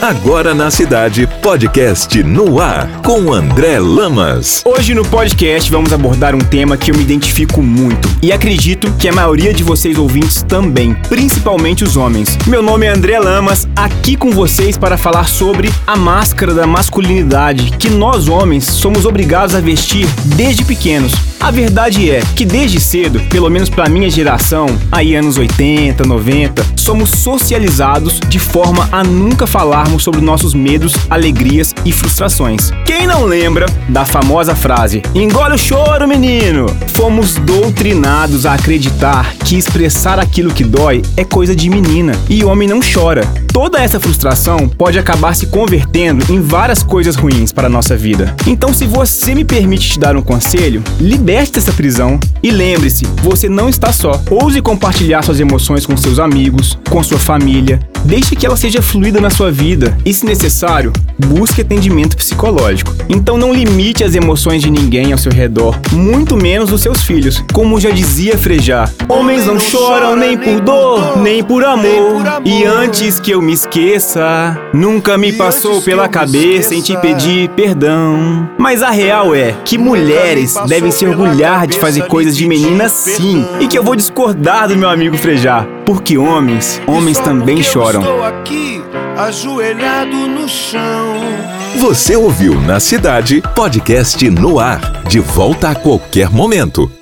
Agora na Cidade, podcast no ar, com André Lamas. Hoje no podcast vamos abordar um tema que eu me identifico muito e acredito que a maioria de vocês ouvintes também, principalmente os homens. Meu nome é André Lamas, aqui com vocês para falar sobre a máscara da masculinidade que nós homens somos obrigados a vestir desde pequenos. A verdade é que desde cedo, pelo menos pra minha geração, aí anos 80, 90, somos socializados de forma a nunca falarmos sobre nossos medos, alegrias e frustrações. Quem não lembra da famosa frase, engole o choro, menino? Fomos doutrinados a acreditar que expressar aquilo que dói é coisa de menina e homem não chora. Toda essa frustração pode acabar se convertendo em várias coisas ruins para a nossa vida. Então, se você me permite te dar um conselho, liberte dessa prisão e lembre-se, você não está só. Ouse compartilhar suas emoções com seus amigos, com sua família. Deixe que ela seja fluida na sua vida e, se necessário, busque atendimento psicológico. Então não limite as emoções de ninguém ao seu redor, muito menos dos seus filhos. Como já dizia Frejá, homens não choram nem por dor, nem por amor. E antes que eu me esqueça, nunca me passou pela cabeça em te pedir perdão. Mas a real é que mulheres devem se orgulhar de fazer coisas de menina sim, e que eu vou discordar do meu amigo Frejá, porque homens também choram. Estou aqui, ajoelhado no chão. Você ouviu Na Cidade, podcast no ar, de volta a qualquer momento.